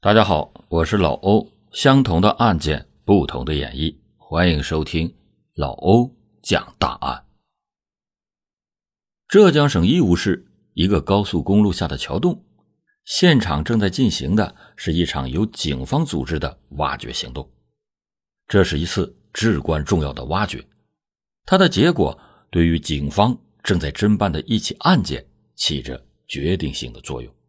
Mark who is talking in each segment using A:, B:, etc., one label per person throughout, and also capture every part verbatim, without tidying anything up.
A: 大家好，我是老欧，相同的案件，不同的演绎，欢迎收听老欧讲大案。浙江省义乌市一个高速公路下的桥洞，现场正在进行的是一场由警方组织的挖掘行动。这是一次至关重要的挖掘，它的结果对于警方正在侦办的一起案件起着决定性的作用。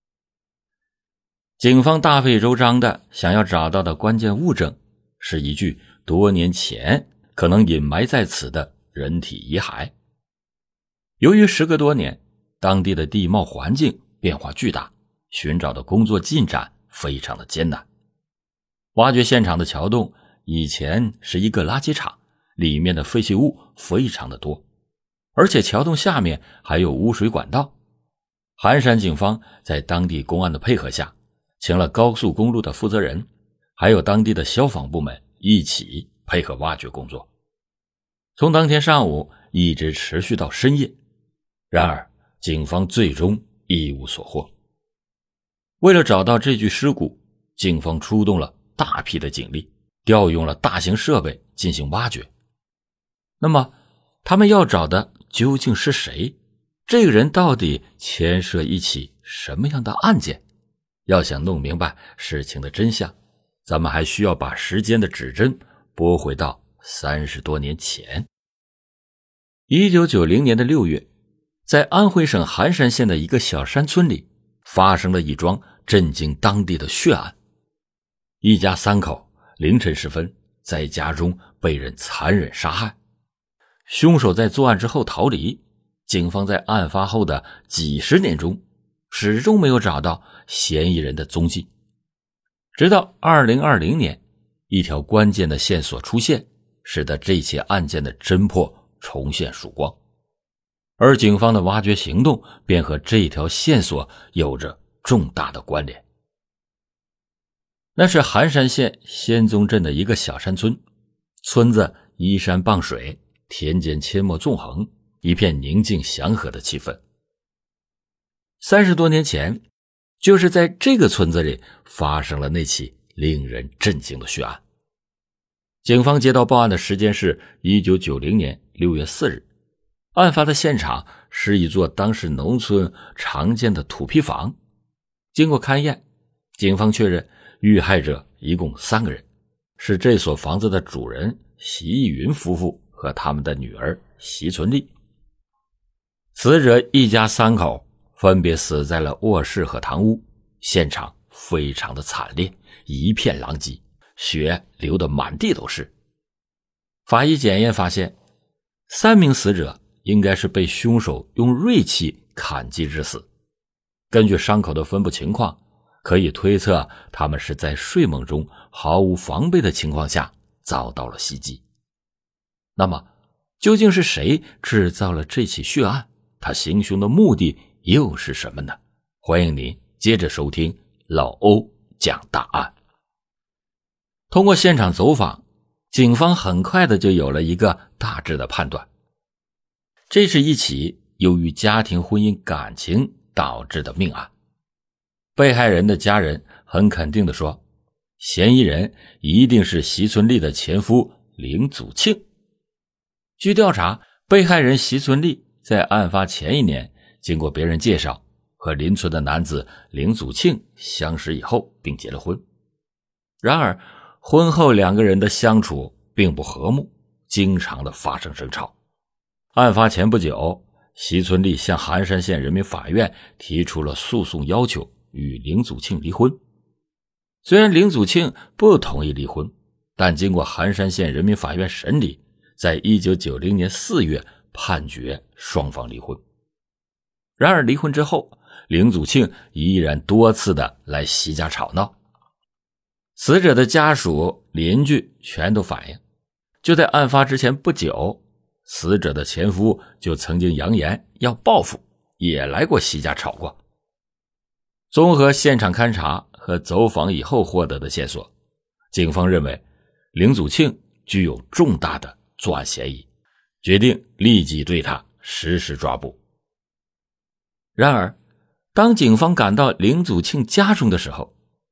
A: 警方大费周章的想要找到的关键物证是一具多年前可能隐埋在此的人体遗骸。由于时隔多年，当地的地貌环境变化巨大，寻找的工作进展非常的艰难。挖掘现场的桥洞以前是一个垃圾场，里面的废弃物非常的多，而且桥洞下面还有污水管道。寒山警方在当地公安的配合下，请了高速公路的负责人，还有当地的消防部门一起配合挖掘工作。从当天上午一直持续到深夜，然而警方最终一无所获。为了找到这具尸骨，警方出动了大批的警力，调用了大型设备进行挖掘。那么他们要找的究竟是谁？这个人到底牵涉一起什么样的案件？要想弄明白事情的真相，咱们还需要把时间的指针拨回到三十多年前。一九九零年的六月，在安徽省含山县的一个小山村里，发生了一桩震惊当地的血案。一家三口凌晨时分在家中被人残忍杀害，凶手在作案之后逃离，警方在案发后的几十年中始终没有找到嫌疑人的踪迹。直到二零二零年，一条关键的线索出现，使得这起案件的侦破重现曙光。而警方的挖掘行动便和这条线索有着重大的关联。那是含山县仙踪镇的一个小山村，村子依山傍水，田间阡陌纵横，一片宁静祥和的气氛。三十多年前，就是在这个村子里发生了那起令人震惊的血案。警方接到报案的时间是一九九零年六月四日，案发的现场是一座当时农村常见的土坯房。经过勘验，警方确认遇害者一共三个人，是这所房子的主人席义云夫妇和他们的女儿席存利。死者一家三口分别死在了卧室和堂屋，现场非常的惨烈，一片狼藉，血流得满地都是。法医检验发现，三名死者应该是被凶手用锐器砍击致死。根据伤口的分布情况，可以推测他们是在睡梦中毫无防备的情况下遭到了袭击。那么究竟是谁制造了这起血案？他行凶的目的又是什么呢？欢迎您接着收听老欧讲大案。通过现场走访，警方很快的就有了一个大致的判断。这是一起由于家庭婚姻感情导致的命案。被害人的家人很肯定地说，嫌疑人一定是席存利的前夫林祖庆。据调查，被害人席存利在案发前一年经过别人介绍，和邻村的男子林祖庆相识以后并结了婚。然而婚后两个人的相处并不和睦，经常的发生争吵。案发前不久，席存利向含山县人民法院提出了诉讼要求，与林祖庆离婚。虽然林祖庆不同意离婚，但经过含山县人民法院审理，在一九九零年四月判决双方离婚。然而离婚之后，林祖庆依然多次的来席家吵闹。死者的家属、邻居全都反映，就在案发之前不久，死者的前夫就曾经扬言要报复，也来过席家吵过。综合现场勘查和走访以后获得的线索，警方认为林祖庆具有重大的作案嫌疑，决定立即对他实施抓捕。然而当警方赶到林祖庆家中的时候，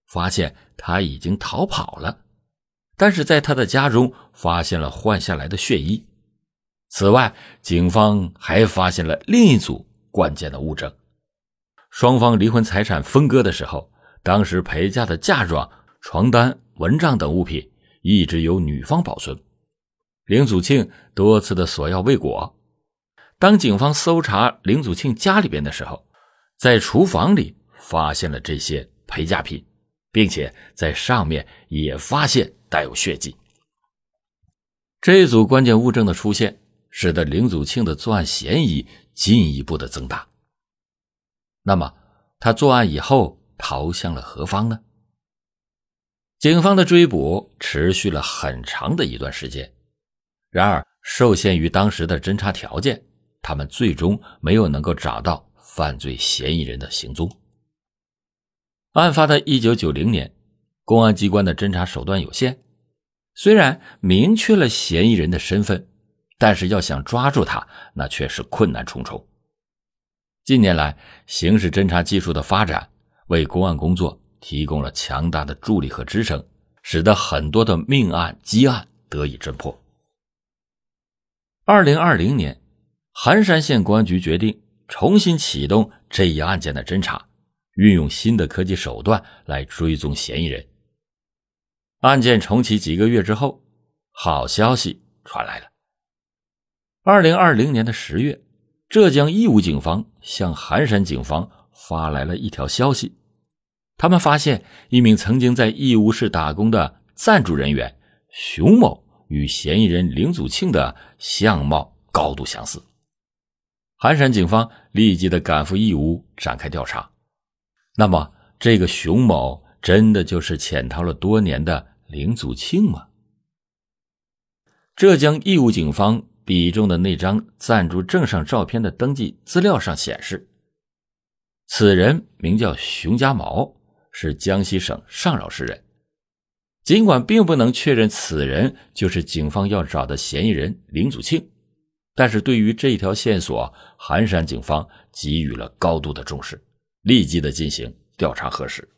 A: 发现他已经逃跑了，但是在他的家中发现了换下来的血衣。此外，警方还发现了另一组关键的物证。双方离婚财产分割的时候，当时陪嫁的嫁妆、床单、蚊帐等物品一直由女方保存。林祖庆多次的索要未果。当警方搜查林祖庆家里边的时候，在厨房里发现了这些陪嫁品，并且在上面也发现带有血迹。这一组关键物证的出现，使得林祖庆的作案嫌疑进一步的增大。那么他作案以后逃向了何方呢？警方的追捕持续了很长的一段时间，然而受限于当时的侦查条件，他们最终没有能够找到犯罪嫌疑人的行踪。案发的一九九零年，公安机关的侦查手段有限，虽然明确了嫌疑人的身份，但是要想抓住他，那却是困难重重。近年来，刑事侦查技术的发展为公安工作提供了强大的助力和支撑，使得很多的命案、积案得以侦破。二零二零年，含山县公安局决定重新启动这一案件的侦查，运用新的科技手段来追踪嫌疑人。案件重启几个月之后，好消息传来了。二零二零年的十月，浙江义乌警方向含山警方发来了一条消息，他们发现一名曾经在义乌市打工的暂住人员熊某与嫌疑人林祖庆的相貌高度相似。含山警方立即的赶赴义乌展开调查。那么这个熊某真的就是潜逃了多年的林祖庆吗？浙江义乌警方笔中的那张暂住证上照片的登记资料上显示，此人名叫熊家毛，是江西省上饶市人。尽管并不能确认此人就是警方要找的嫌疑人林祖庆，但是对于这一条线索，含山警方给予了高度的重视，立即的进行调查核实。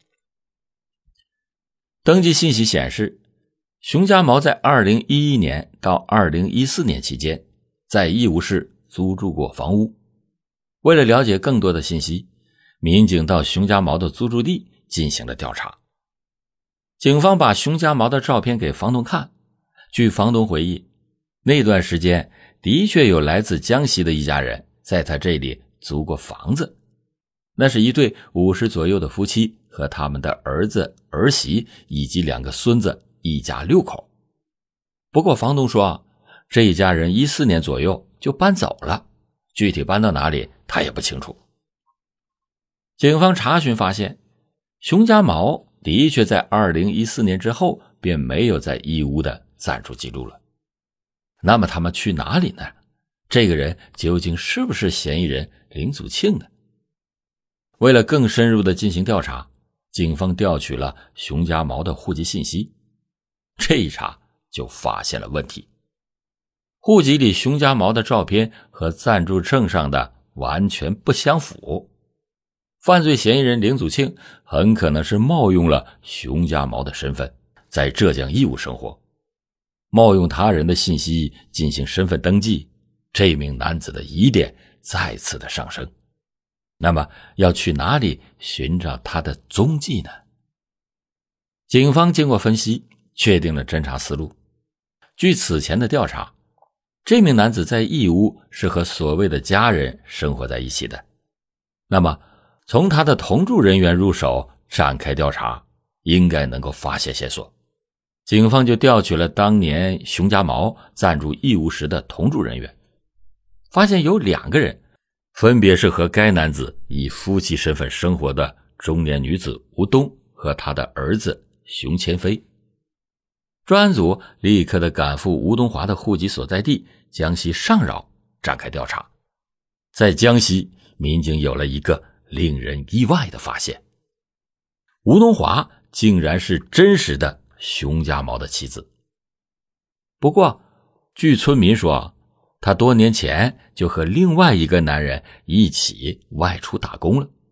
A: 登记信息显示，熊家毛在二零一一年到二零一四年期间，在义乌市租住过房屋。为了了解更多的信息，民警到熊家毛的租住地进行了调查。警方把熊家毛的照片给房东看，据房东回忆，那段时间的确有来自江西的一家人在他这里租过房子，那是一对五十左右的夫妻和他们的儿子、儿媳以及两个孙子，一家六口。不过房东说，这一家人一四年左右就搬走了，具体搬到哪里他也不清楚。警方查询发现，熊家毛的确在二零一四年之后便没有在义乌的暂住记录了。那么他们去哪里呢？这个人究竟是不是嫌疑人林祖庆呢？为了更深入的进行调查，警方调取了熊家毛的户籍信息。这一查就发现了问题，户籍里熊家毛的照片和暂住证上的完全不相符。犯罪嫌疑人林祖庆很可能是冒用了熊家毛的身份，在浙江义乌生活，冒用他人的信息进行身份登记，这名男子的疑点再次的上升。那么要去哪里寻找他的踪迹呢？警方经过分析，确定了侦查思路。据此前的调查，这名男子在义乌是和所谓的家人生活在一起的。那么从他的同住人员入手展开调查，应该能够发现线索。警方就调取了当年熊家毛暂住义乌时的同住人员，发现有两个人分别是和该男子以夫妻身份生活的中年女子吴东和他的儿子熊千飞。专案组立刻的赶赴吴东华的户籍所在地江西上饶展开调查。在江西，民警有了一个令人意外的发现，吴东华竟然是真实的熊家毛的妻子。不过据村民说，他多年前就和另外一个男人一起外出打工了，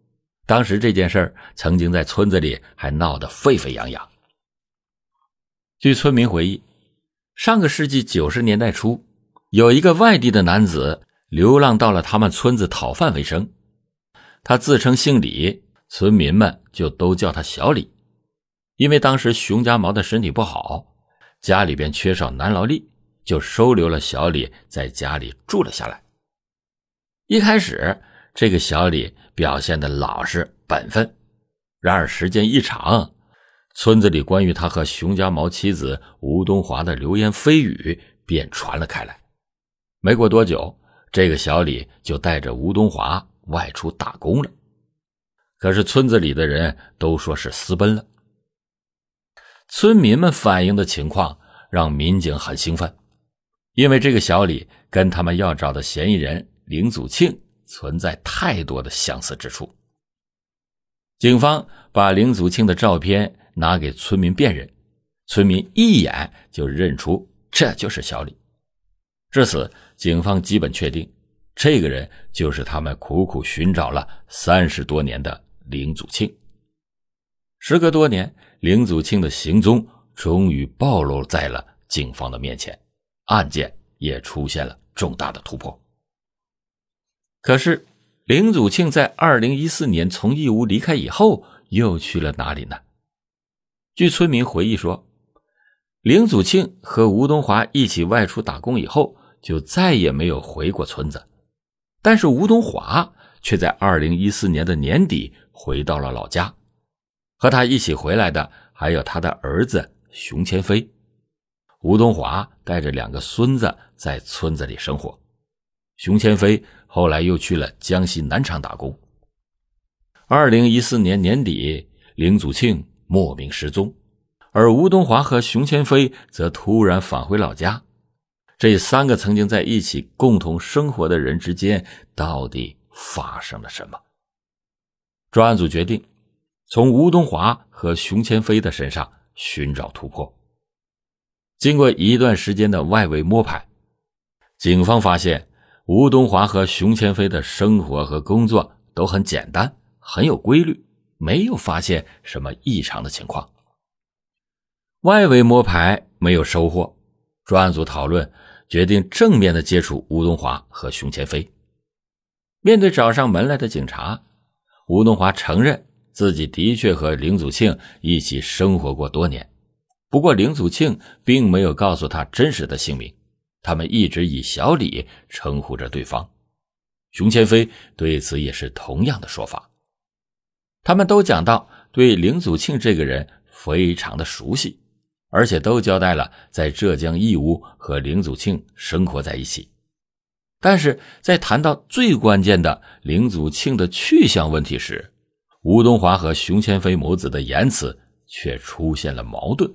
A: 当时这件事儿曾经在村子里还闹得沸沸扬扬。据村民回忆，上个世纪九十年代初，有一个外地的男子流浪到了他们村子讨饭为生。他自称姓李，村民们就都叫他小李。因为当时熊家毛的身体不好，家里边缺少男劳力，就收留了小李在家里住了下来。一开始这个小李表现得老实本分，然而时间一长，村子里关于他和熊家毛妻子吴东华的流言蜚语便传了开来。没过多久，这个小李就带着吴东华外出打工了。可是村子里的人都说是私奔了。村民们反映的情况让民警很兴奋，因为这个小李跟他们要找的嫌疑人林祖庆存在太多的相似之处。警方把林祖庆的照片拿给村民辨认，村民一眼就认出这就是小李。至此，警方基本确定这个人就是他们苦苦寻找了三十多年的林祖庆。时隔多年，林祖庆的行踪终于暴露在了警方的面前，案件也出现了重大的突破。可是林祖庆在二零一四年从义乌离开以后又去了哪里呢？据村民回忆说，林祖庆和吴东华一起外出打工以后就再也没有回过村子，但是吴东华却在二零一四年的年底回到了老家。和他一起回来的还有他的儿子熊千飞。吴东华带着两个孙子在村子里生活，熊千飞后来又去了江西南昌打工。二零一四年年底，林祖庆莫名失踪，而吴东华和熊千飞则突然返回老家。这三个曾经在一起共同生活的人之间到底发生了什么？专案组决定从吴东华和熊千飞的身上寻找突破。经过一段时间的外围摸排，警方发现吴东华和熊千飞的生活和工作都很简单，很有规律，没有发现什么异常的情况。外围摸排没有收获，专案组讨论决定正面的接触吴东华和熊千飞。面对找上门来的警察，吴东华承认自己的确和林祖庆一起生活过多年，不过林祖庆并没有告诉他真实的姓名，他们一直以小李称呼着对方。熊千飞对此也是同样的说法。他们都讲到对林祖庆这个人非常的熟悉，而且都交代了在浙江义乌和林祖庆生活在一起。但是在谈到最关键的林祖庆的去向问题时，吴东华和熊千飞母子的言辞却出现了矛盾。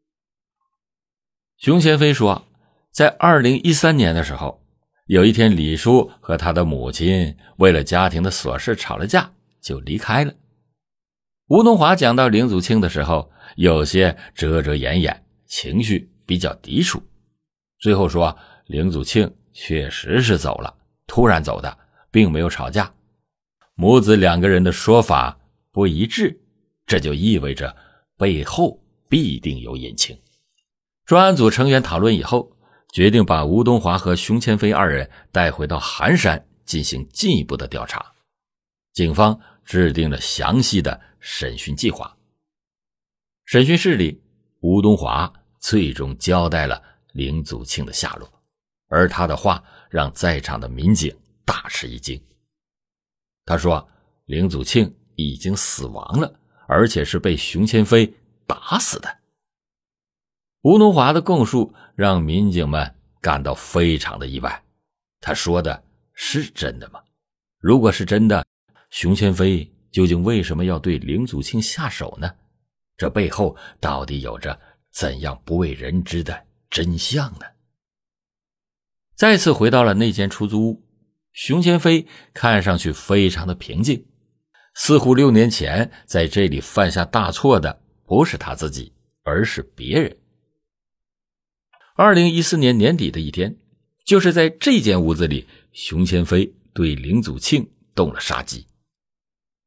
A: 熊千飞说，在二零一三年的时候，有一天李叔和他的母亲为了家庭的琐事吵了架，就离开了。吴东华讲到林祖庆的时候，有些遮遮掩掩，情绪比较抵触。最后说林祖庆确实是走了，突然走的，并没有吵架。母子两个人的说法不一致，这就意味着背后必定有隐情。专案组成员讨论以后，决定把吴东华和熊千飞二人带回到寒山进行进一步的调查。警方制定了详细的审讯计划。审讯室里，吴东华最终交代了林祖庆的下落，而他的话让在场的民警大吃一惊。他说林祖庆已经死亡了，而且是被熊千飞打死的。吴东华的供述让民警们感到非常的意外。他说的是真的吗？如果是真的，熊千飞究竟为什么要对林祖庆下手呢？这背后到底有着怎样不为人知的真相呢？再次回到了那间出租屋，熊千飞看上去非常的平静，似乎六年前在这里犯下大错的不是他自己，而是别人。二零一四年年底的一天，就是在这间屋子里，熊千飞对林祖庆动了杀机。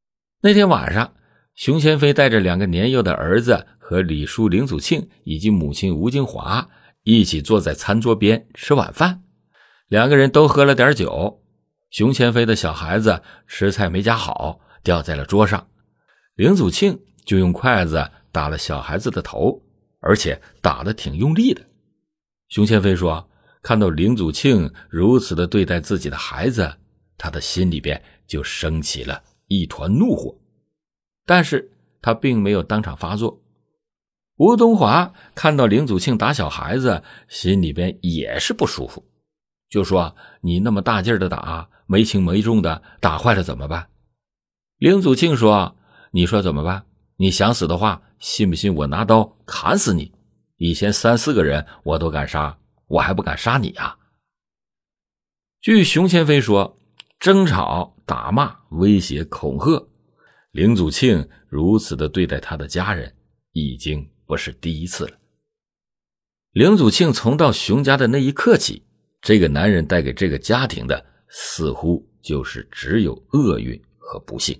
A: 那天晚上，熊千飞带着两个年幼的儿子和李叔林祖庆以及母亲吴金华一起坐在餐桌边吃晚饭。两个人都喝了点酒，熊千飞的小孩子吃菜没夹好，掉在了桌上。林祖庆就用筷子打了小孩子的头，而且打得挺用力的。熊千飞说，看到林祖庆如此的对待自己的孩子，他的心里边就升起了一团怒火，但是他并没有当场发作。吴东华看到林祖庆打小孩子，心里边也是不舒服，就说，你那么大劲儿的打，没轻没重的，打坏了怎么办？林祖庆说，你说怎么办？你想死的话，信不信我拿刀砍死你？以前三四个人我都敢杀，我还不敢杀你啊。据熊千飞说，争吵、打骂、威胁、恐吓，林祖庆如此的对待他的家人，已经不是第一次了。林祖庆从到熊家的那一刻起，这个男人带给这个家庭的似乎就是只有厄运和不幸。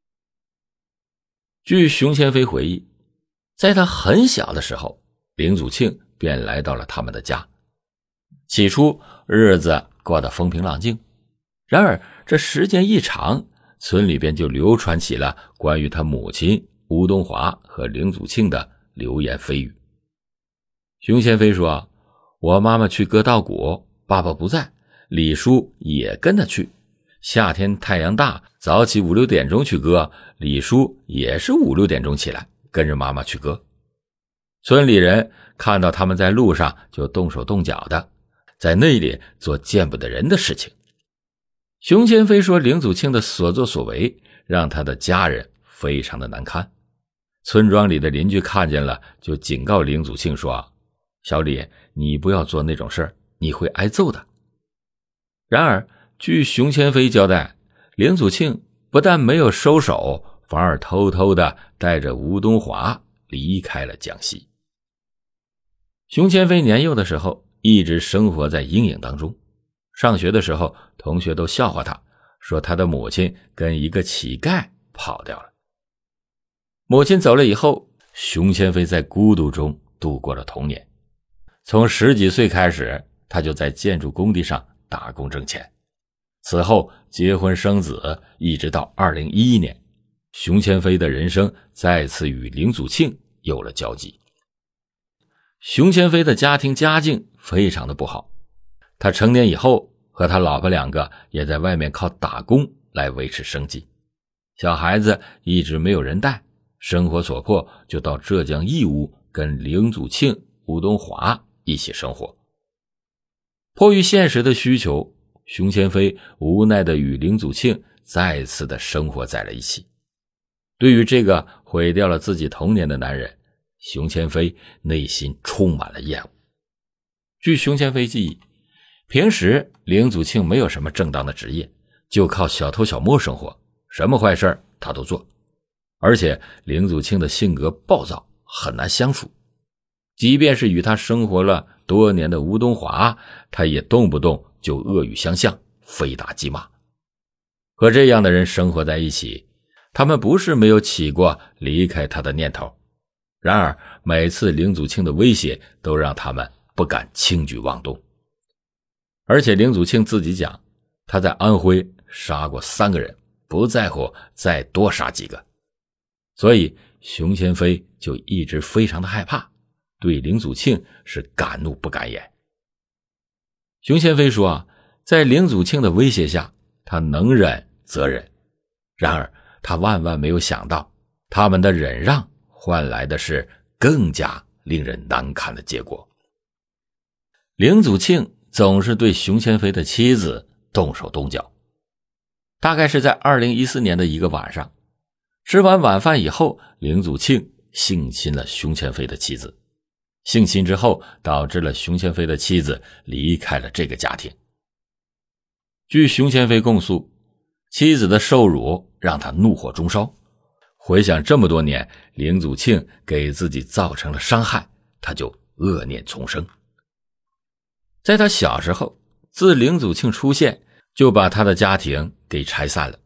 A: 据熊千飞回忆，在他很小的时候，林祖庆便来到了他们的家。起初日子过得风平浪静，然而这时间一长，村里边就流传起了关于他母亲吴东华和林祖庆的流言蜚语。熊千飞说，我妈妈去割稻谷，爸爸不在，李叔也跟他去。夏天太阳大，早起五六点钟去割，李叔也是五六点钟起来，跟着妈妈去割。村里人看到他们在路上就动手动脚的，在那里做见不得人的事情。熊千飞说，林祖庆的所作所为让他的家人非常的难堪。村庄里的邻居看见了，就警告林祖庆说，小李，你不要做那种事，你会挨揍的。然而据熊千飞交代，林祖庆不但没有收手，反而偷偷的带着吴东华离开了江西。熊千飞年幼的时候一直生活在阴影当中，上学的时候同学都笑话他，说他的母亲跟一个乞丐跑掉了。母亲走了以后，熊千飞在孤独中度过了童年。从十几岁开始，他就在建筑工地上打工挣钱。此后结婚生子，一直到二零一一年，熊千飞的人生再次与林祖庆有了交集。熊千飞的家庭家境非常的不好，他成年以后和他老婆两个也在外面靠打工来维持生计。小孩子一直没有人带，生活所迫就到浙江义乌跟林祖庆、吴东华一起生活。迫于现实的需求，熊千飞无奈地与林祖庆再次的生活在了一起。对于这个毁掉了自己童年的男人，熊千飞内心充满了厌恶。据熊千飞记忆，平时林祖庆没有什么正当的职业，就靠小偷小摸生活，什么坏事他都做。而且林祖庆的性格暴躁，很难相处。即便是与他生活了多年的吴东华，他也动不动就恶语相向，非打即骂。和这样的人生活在一起，他们不是没有起过离开他的念头，然而每次林祖庆的威胁都让他们不敢轻举妄动。而且林祖庆自己讲，他在安徽杀过三个人，不在乎再多杀几个。所以熊千飞就一直非常的害怕，对林祖庆是敢怒不敢言。熊千飞说啊，在林祖庆的威胁下，他能忍则忍，然而他万万没有想到，他们的忍让换来的是更加令人难看的结果。林祖庆总是对熊千飞的妻子动手动脚。大概是在二零一四年的一个晚上，吃完晚饭以后，林祖庆性侵了熊千飞的妻子。性侵之后，导致了熊千飞的妻子离开了这个家庭。据熊千飞供述，妻子的受辱让他怒火中烧，回想这么多年林祖庆给自己造成了伤害，他就恶念丛生。在他小时候，自林祖庆出现就把他的家庭给拆散了，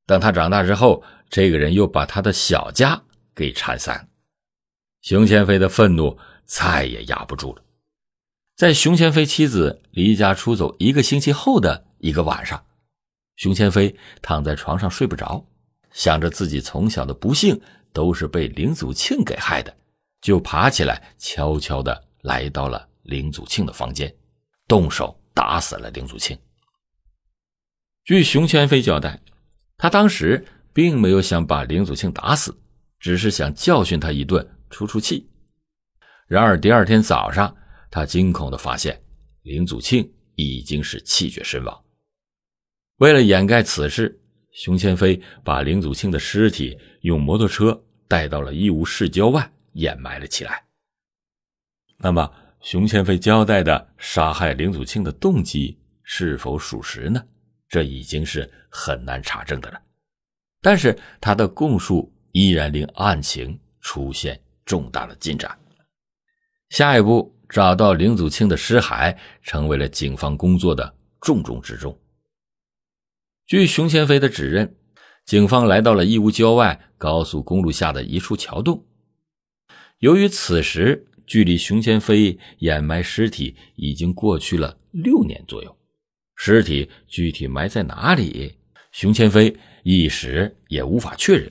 A: 等他长大之后，这个人又把他的小家给拆散了。熊千飞的愤怒再也压不住了。在熊千飞妻子离家出走一个星期后的一个晚上，熊千飞躺在床上睡不着，想着自己从小的不幸都是被林祖庆给害的，就爬起来悄悄地来到了林祖庆的房间，动手打死了林祖庆。据熊千飞交代，他当时并没有想把林祖庆打死，只是想教训他一顿出出气。然而第二天早上，他惊恐地发现林祖庆已经是气绝身亡。为了掩盖此事，熊千飞把林祖庆的尸体用摩托车带到了义乌市郊外掩埋了起来。那么熊千飞交代的杀害林祖庆的动机是否属实呢？这已经是很难查证的了。但是他的供述依然令案情出现重大的进展。下一步，找到林祖庆的尸骸成为了警方工作的重中之重。据熊千飞的指认，警方来到了义乌郊外高速公路下的一处桥洞。由于此时距离熊千飞掩埋尸体已经过去了六年左右，尸体具体埋在哪里，熊千飞一时也无法确认。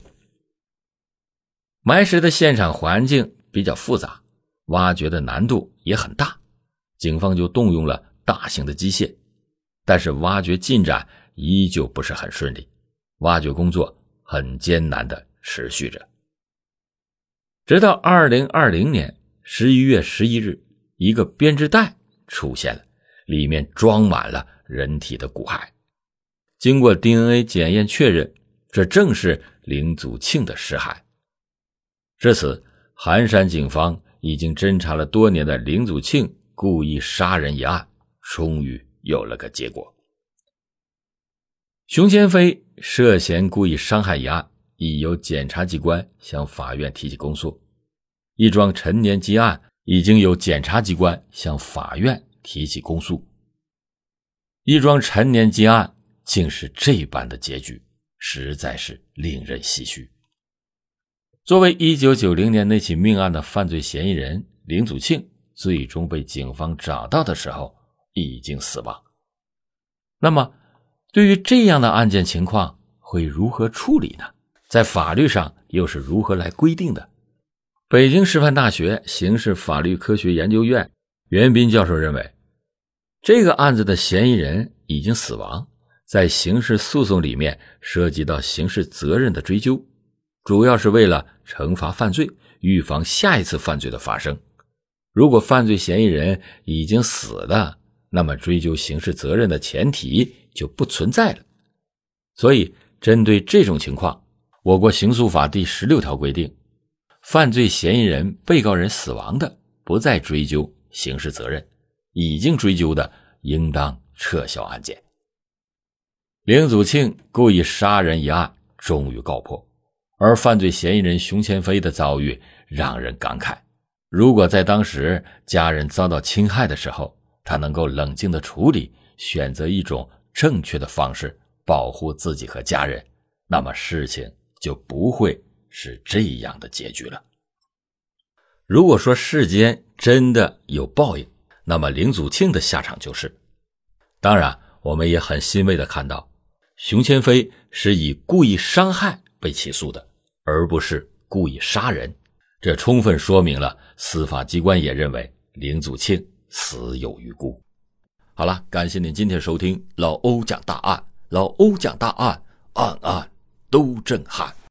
A: 埋尸的现场环境比较复杂，挖掘的难度也很大，警方就动用了大型的机械，但是挖掘进展依旧不是很顺利，挖掘工作很艰难地持续着。直到二零二零年十一月十一日，一个编织袋出现了，里面装满了人体的骨骸。经过 D N A 检验确认，这正是林祖庆的尸骸。至此，含山警方已经侦查了多年的林祖庆故意杀人一案终于有了个结果。熊千飞涉嫌故意伤害一案已由检察机关向法院提起公诉，一桩陈年积案已经由检察机关向法院提起公诉。一桩陈年积案竟是这般的结局，实在是令人唏嘘。作为一九九零年那起命案的犯罪嫌疑人，林祖庆最终被警方找到的时候已经死亡。那么对于这样的案件情况会如何处理呢？在法律上又是如何来规定的？北京师范大学刑事法律科学研究院袁斌教授认为，这个案子的嫌疑人已经死亡，在刑事诉讼里面涉及到刑事责任的追究，主要是为了惩罚犯罪，预防下一次犯罪的发生。如果犯罪嫌疑人已经死了，那么追究刑事责任的前提就不存在了。所以针对这种情况，我国刑诉法第十六条规定，犯罪嫌疑人、被告人死亡的，不再追究刑事责任；已经追究的，应当撤销案件。林祖庆故意杀人一案终于告破，而犯罪嫌疑人熊千飞的遭遇让人感慨。如果在当时家人遭到侵害的时候，他能够冷静地处理，选择一种正确的方式保护自己和家人，那么事情就不会是这样的结局了。如果说世间真的有报应，那么林祖庆的下场就是。当然我们也很欣慰地看到，熊千飞是以故意伤害被起诉的，而不是故意杀人，这充分说明了司法机关也认为林祖庆死有余辜。好了，感谢您今天收听老欧讲大案，老欧讲大案，案案都震撼。